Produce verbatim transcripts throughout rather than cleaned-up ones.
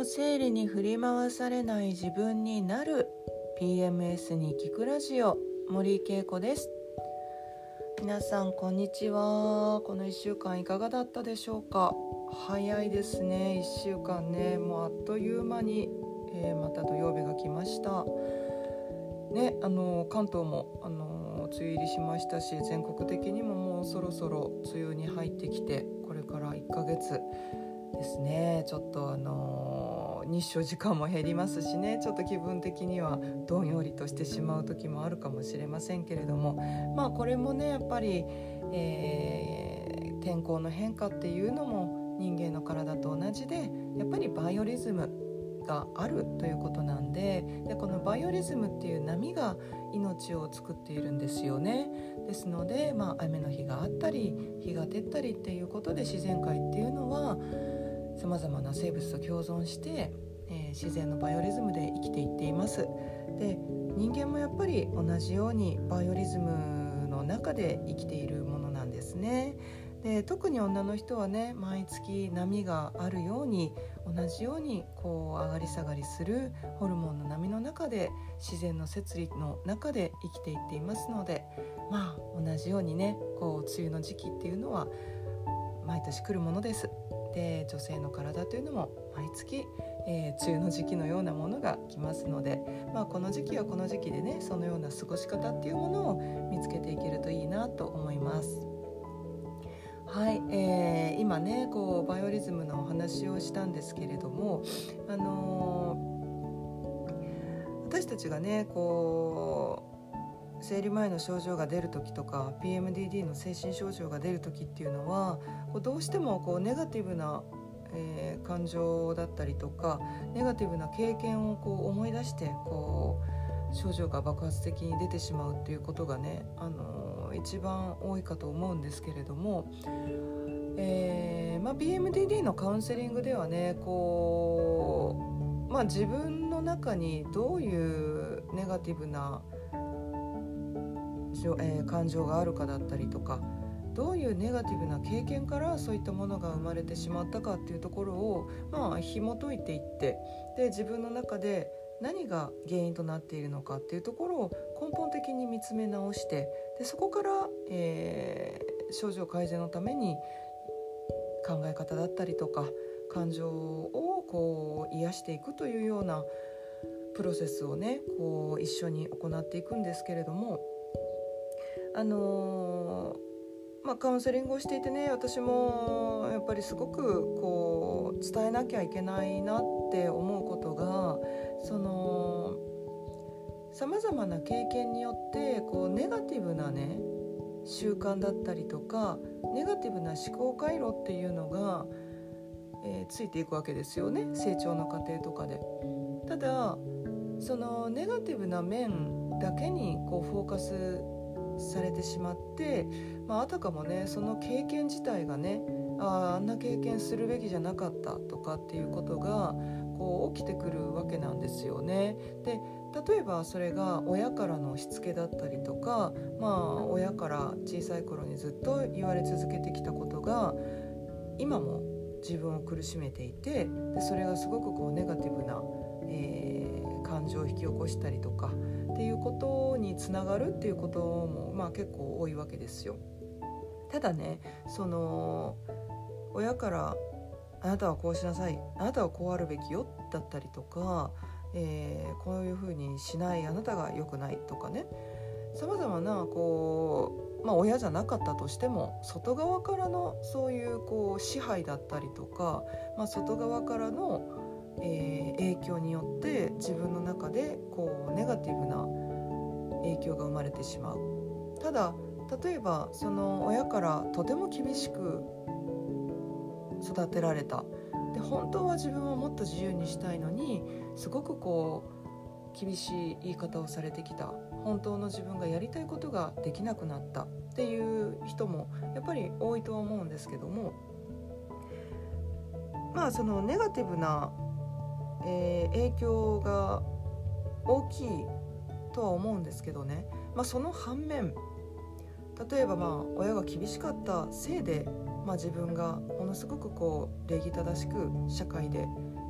生理に振り回されない自分になる ピーエムエス に聞くラジオ、森恵子です。皆さんこんにちは。このいっしゅうかんいかがだったでしょうか。早いですね。いっしゅうかんね、もうあっという間に、えー、また土曜日が来ましたね。あの関東もあの梅雨入りしましたし、全国的にももうそろそろ梅雨に入ってきて、これからいっかげつですね。ちょっとあの日照時間も減りますしね、ちょっと気分的にはどんよりとしてしまう時もあるかもしれませんけれども、まあこれもねやっぱり、えー、天候の変化っていうのも人間の体と同じで、やっぱりバイオリズムがあるということなんで、でこのバイオリズムっていう波が命を作っているんですよね。ですので、まあ、雨の日があったり日が照ったりっていうことで、自然界っていうのはさまざまな生物と共存して、えー、自然のバイオリズムで生きていっています。で人間もやっぱり同じようにバイオリズムの中で生きているものなんですね。で特に女の人はね、毎月波があるように、同じようにこう上がり下がりするホルモンの波の中で、自然の摂理の中で生きていっていますので、まあ同じようにね、こう梅雨の時期っていうのは毎年来るものです。で女性の体というのも毎月、えー、梅雨の時期のようなものが来ますので、まあ、この時期はこの時期でね、そのような過ごし方っていうものを見つけていけるといいなと思います。はい、えー、今ねこうバイオリズムのお話をしたんですけれども、あのー、私たちがねこう生理前の症状が出る時とか ピーエムディーディー の精神症状が出る時っていうのは、こうどうしてもこうネガティブな、えー、感情だったりとか、ネガティブな経験をこう思い出してこう症状が爆発的に出てしまうっていうことがね、あのー、一番多いかと思うんですけれども、えーまあ、ピーエムディーディー のカウンセリングではね、こう、まあ、自分の中にどういうネガティブなえー、感情があるかだったりとか、どういうネガティブな経験からそういったものが生まれてしまったかっていうところを、まあ、紐解いていって、で自分の中で何が原因となっているのかっていうところを根本的に見つめ直して、でそこから、えー、症状改善のために考え方だったりとか感情をこう癒していくというようなプロセスをね、こう一緒に行っていくんですけれども、あのーまあ、カウンセリングをしていてね、私もやっぱりすごくこう伝えなきゃいけないなって思うことが、そのさまざまな経験によってこうネガティブなね習慣だったりとか、ネガティブな思考回路っていうのが、えー、ついていくわけですよね、成長の過程とかで。ただそのネガティブな面だけにこうフォーカスされてしまって、まあ、あたかもねその経験自体がね、あ, あんな経験するべきじゃなかったとかっていうことがこう起きてくるわけなんですよね。で例えばそれが親からのしつけだったりとか、まあ、親から小さい頃にずっと言われ続けてきたことが今も自分を苦しめていて、でそれがすごくこうネガティブな、えー、感情を引き起こしたりとかっていうことにつながるっていうことも、まあ、結構多いわけですよ。ただね、その親からあなたはこうしなさい、あなたはこうあるべきよだったりとか、えー、こういうふうにしないあなたが良くないとかね、さまざまなこう、まあ、親じゃなかったとしても外側からのそういうこう支配だったりとか、まあ、外側からのえー、影響によって自分の中でこうネガティブな影響が生まれてしまう。ただ例えばその親からとても厳しく育てられた、で本当は自分はもっと自由にしたいのにすごくこう厳しい言い方をされてきた、本当の自分がやりたいことができなくなったっていう人もやっぱり多いとは思うんですけども、まあそのネガティブなえー、影響が大きいとは思うんですけどね、まあ、その反面、例えばまあ親が厳しかったせいで、まあ、自分がものすごくこう礼儀正しく社会で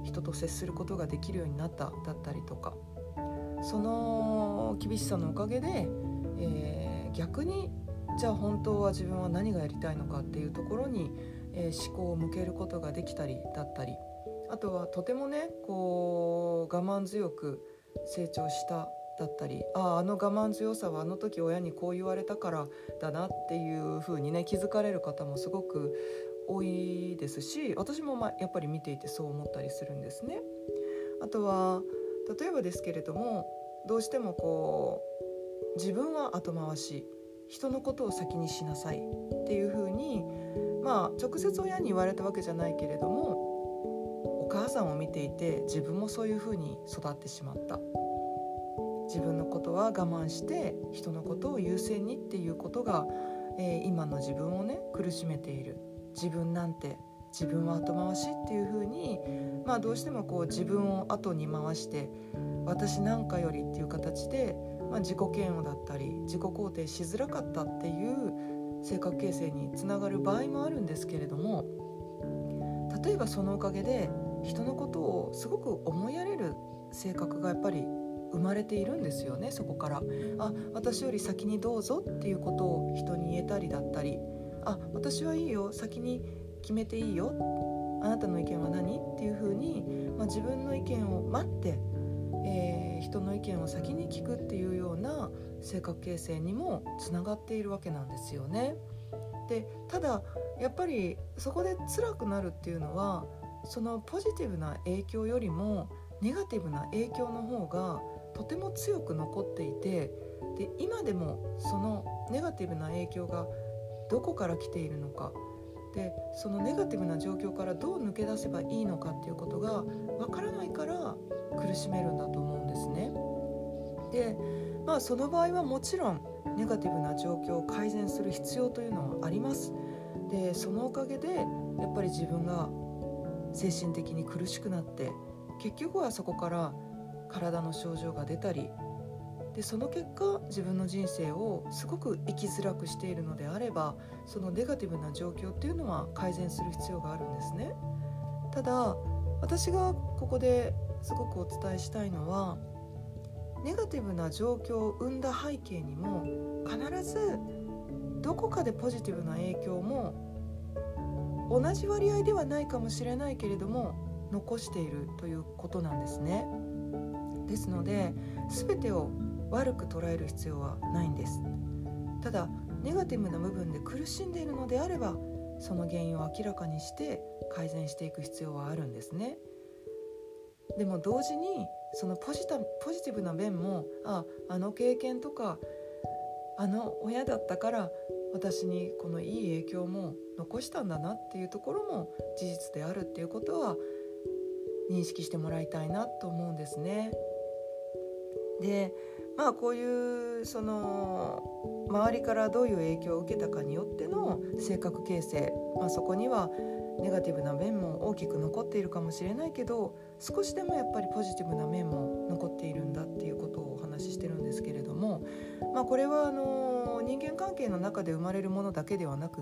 人と接することができるようになっただったりとか、その厳しさのおかげで、えー、逆にじゃあ本当は自分は何がやりたいのかっていうところに、えー、思考を向けることができたりだったり、あとはとてもねこう我慢強く成長しただったり、ああ、あの我慢強さはあの時親にこう言われたからだなっていう風にね気づかれる方もすごく多いですし、私もまあやっぱり見ていてそう思ったりするんですね。あとは例えばですけれども、どうしてもこう自分は後回し、人のことを先にしなさいっていう風に、まあ直接親に言われたわけじゃないけれども、お母さんを見ていて自分もそういう風に育ってしまった。自分のことは我慢して人のことを優先にっていうことが、えー、今の自分をね苦しめている。自分なんて、自分は後回しっていう風に、まあどうしてもこう自分を後に回して私なんかよりっていう形で、まあ、自己嫌悪だったり自己肯定しづらかったっていう性格形成につながる場合もあるんですけれども、例えばそのおかげで人のことをすごく思いやれる性格がやっぱり生まれているんですよね。そこからあ、私より先にどうぞっていうことを人に言えたりだったり、あ、私はいいよ、先に決めていいよ、あなたの意見は何っていうふうに、まあ、自分の意見を待って、えー、人の意見を先に聞くっていうような性格形成にもつながっているわけなんですよね。で、ただやっぱりそこで辛くなるっていうのは、そのポジティブな影響よりもネガティブな影響の方がとても強く残っていて、で今でもそのネガティブな影響がどこから来ているのか、でそのネガティブな状況からどう抜け出せばいいのかっていうことがわからないから苦しめるんだと思うんですね。で、まあその場合はもちろんネガティブな状況を改善する必要というのはあります。でそのおかげでやっぱり自分が精神的に苦しくなって、結局はそこから体の症状が出たりで、その結果自分の人生をすごく生きづらくしているのであれば、そのネガティブな状況っていうのは改善する必要があるんですね。ただ私がここですごくお伝えしたいのは、ネガティブな状況を生んだ背景にも必ずどこかでポジティブな影響も同じ割合ではないかもしれないけれども残しているということなんですね。ですので全てを悪く捉える必要はないんです。ただネガティブな部分で苦しんでいるのであれば、その原因を明らかにして改善していく必要はあるんですね。でも同時にそのポジタ、ポジティブな面も、あ、あの経験とかあの親だったから私にこのいい影響も残したんだなっていうところも事実であるっていうことは認識してもらいたいなと思うんですね。で、まあこういうその周りからどういう影響を受けたかによっての性格形成、まあ、そこにはネガティブな面も大きく残っているかもしれないけど、少しでもやっぱりポジティブな面も残っているんだっていうことをお話ししてるんですけれども、まあ、これはあの人間関係の中で生まれるものだけではなくって、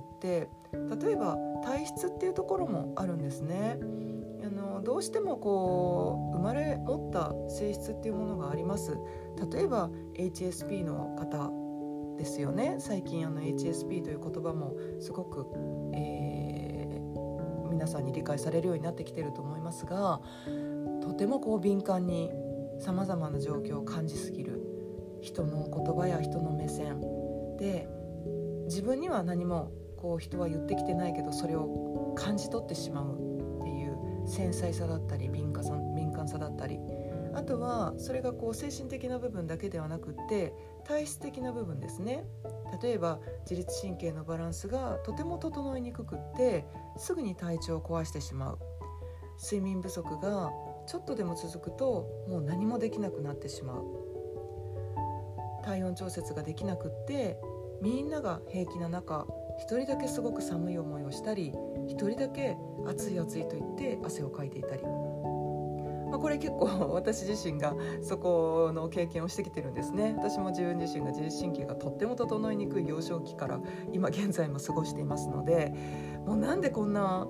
例えば体質っていうところもあるんですね。あのどうしてもこう生まれ持った性質っていうものがあります。例えば エイチエスピー の方ですよね。最近あの エイチエスピー という言葉もすごく、えー、皆さんに理解されるようになってきていると思いますが、とてもこう敏感にさまざまな状況を感じすぎる、人の言葉や人の目線で自分には何もこう人は言ってきてないけどそれを感じ取ってしまうっていう繊細さだったり敏感さ、敏感さだったり、あとはそれがこう精神的な部分だけではなくって体質的な部分ですね。例えば自律神経のバランスがとても整いにくくってすぐに体調を壊してしまう、睡眠不足がちょっとでも続くともう何もできなくなってしまう、体温調節ができなくってみんなが平気な中一人だけすごく寒い思いをしたり、一人だけ暑い暑いと言って汗をかいていたり、まあ、これ結構私自身がそこの経験をしてきてるんですね。私も自分自身が自律神経がとっても整いにくい幼少期から今現在も過ごしていますので、もうなんでこんな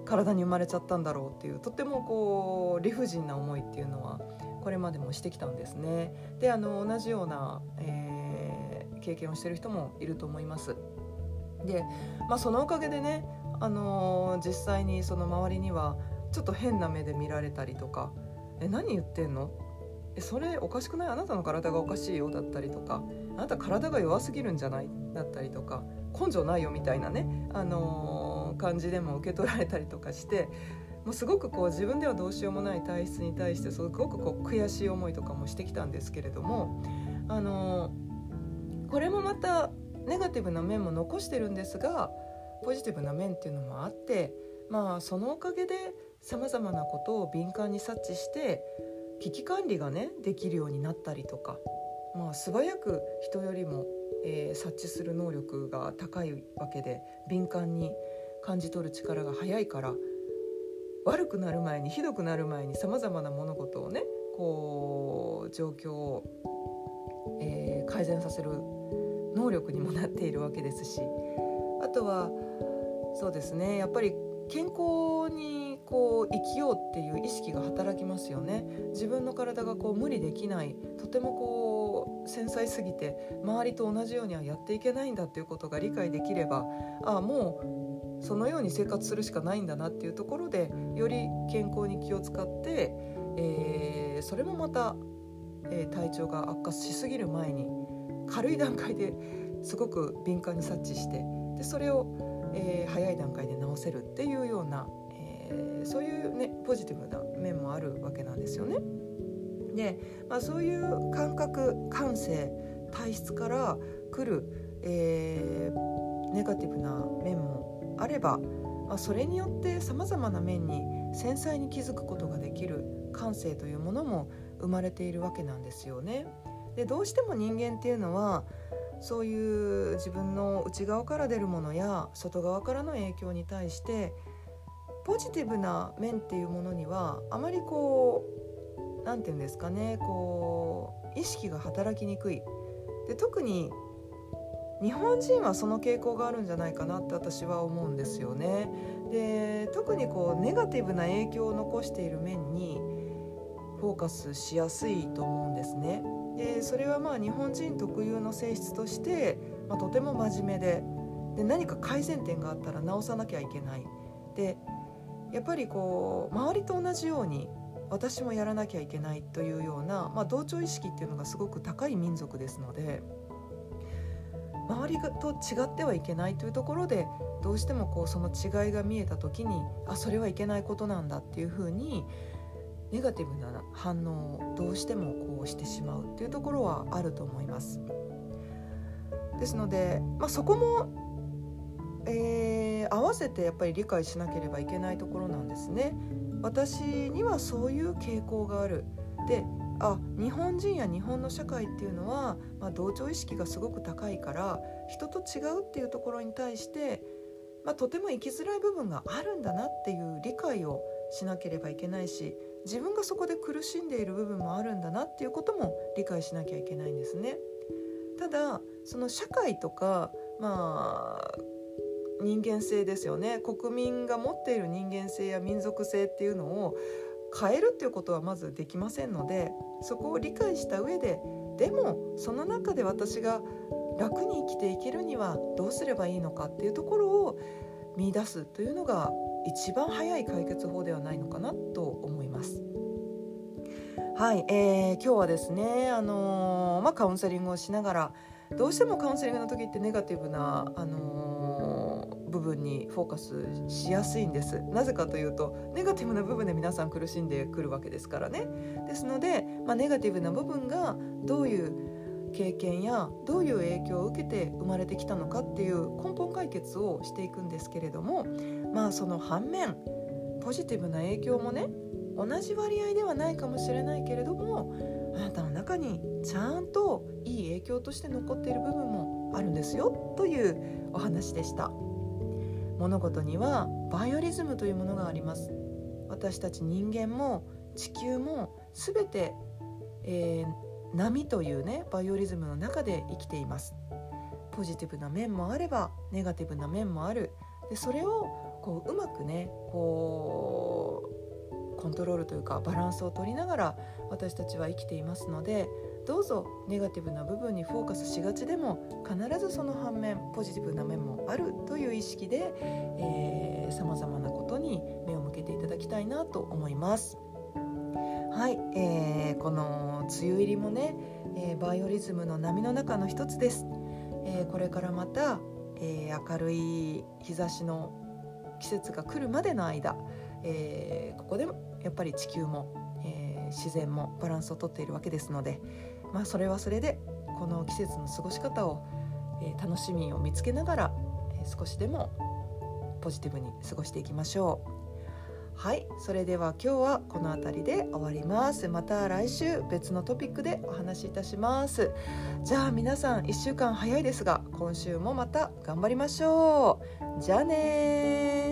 体に生まれちゃったんだろうっていう、とてもこう理不尽な思いっていうのはこれまでもしてきたんですね。であの同じような、えー、経験をしている人もいると思います。で、まあ、そのおかげでね、あのー、実際にその周りにはちょっと変な目で見られたりとか、え何言ってんの、えそれおかしくない、あなたの体がおかしいよだったりとか、あなた体が弱すぎるんじゃないだったりとか、根性ないよみたいなね、あのー、感じでも受け取られたりとかして、もうすごくこう自分ではどうしようもない体質に対してすごくこう悔しい思いとかもしてきたんですけれども、あのー、これもまたネガティブな面も残してるんですが、ポジティブな面っていうのもあって、まあそのおかげでさまざまなことを敏感に察知して危機管理がねできるようになったりとか、まあ、素早く人よりも、えー、察知する能力が高いわけで、敏感に感じ取る力が早いから、悪くなる前にひどくなる前にさまざまな物事をねこう状況を、えー、改善させる能力にもなっているわけですし、あとはそうですね、やっぱり健康にこう生きようっていう意識が働きますよね。自分の体がこう無理できない、とてもこう繊細すぎて周りと同じようにはやっていけないんだっていうことが理解できれば、ああもうそのように生活するしかないんだなっていうところで、より健康に気を使って、えー、それもまた、えー、体調が悪化しすぎる前に軽い段階ですごく敏感に察知して、でそれを、えー、早い段階で治せるっていうような、えー、そういう、ね、ポジティブな面もあるわけなんですよね。で、まあ、そういう感覚、感性、体質から来る、えー、ネガティブな面もあれば、まあ、それによってさまざまな面に繊細に気づくことができる感性というものも生まれているわけなんですよね。でどうしても人間っていうのはそういう自分の内側から出るものや外側からの影響に対してポジティブな面っていうものにはあまりこうなんていうんですかね、こう意識が働きにくい。で特に日本人はその傾向があるんじゃないかなって私は思うんですよね。で特にこうネガティブな影響を残している面にフォーカスしやすいと思うんですね。でそれはまあ日本人特有の性質として、まあ、とても真面目 で, で何か改善点があったら直さなきゃいけない。でやっぱりこう周りと同じように私もやらなきゃいけないというような、まあ、同調意識っていうのがすごく高い民族ですので、周りと違ってはいけないというところでどうしてもこうその違いが見えた時に、あそれはいけないことなんだっていうふうにネガティブな反応をどうしてもこうしてしまうっていうところはあると思います。ですので、まあ、そこも、えー、合わせてやっぱり理解しなければいけないところなんですね。私にはそういう傾向がある。で、あ、日本人や日本の社会っていうのは、まあ、同調意識がすごく高いから人と違うっていうところに対して、まあ、とても生きづらい部分があるんだなっていう理解をしなければいけないし、自分がそこで苦しんでいる部分もあるんだなっていうことも理解しなきゃいけないんですね。ただその社会とか、まあ、人間性ですよね。国民が持っている人間性や民族性っていうのを変えるっていうことはまずできませんので、そこを理解した上で、でもその中で私が楽に生きていけるにはどうすればいいのかっていうところを見出すというのが一番早い解決法ではないのかなと思います。はい、えー、今日はですね、あのーまあ、カウンセリングをしながら、どうしてもカウンセリングの時ってネガティブな、あのー、部分にフォーカスしやすいんです。なぜかというとネガティブな部分で皆さん苦しんでくるわけですからね。ですので、まあ、ネガティブな部分がどういう経験やどういう影響を受けて生まれてきたのかっていう根本解決をしていくんですけれども、まあその反面ポジティブな影響もね、同じ割合ではないかもしれないけれども、あなたの中にちゃんといい影響として残っている部分もあるんですよというお話でした。物事にはバイオリズムというものがあります。私たち人間も地球もすべて、えー、波というねバイオリズムの中で生きています。ポジティブな面もあればネガティブな面もある。でそれをこううまくねこうコントロールというかバランスを取りながら私たちは生きていますので、どうぞネガティブな部分にフォーカスしがちでも必ずその反面ポジティブな面もあるという意識で、えー、様々なことに目を向けていただきたいなと思います。はい、えー、この梅雨入りもね、えー、バイオリズムの波の中の一つです。えー、これからまた、えー、明るい日差しの季節が来るまでの間、えー、ここでもやっぱり地球も、えー、自然もバランスをとっているわけですので、まあ、それはそれでこの季節の過ごし方を、えー、楽しみを見つけながら、えー、少しでもポジティブに過ごしていきましょう。はい、それでは今日はこの辺りで終わります。また来週別のトピックでお話しいたします。じゃあ皆さんいっしゅうかん早いですが今週もまた頑張りましょう。じゃあねー。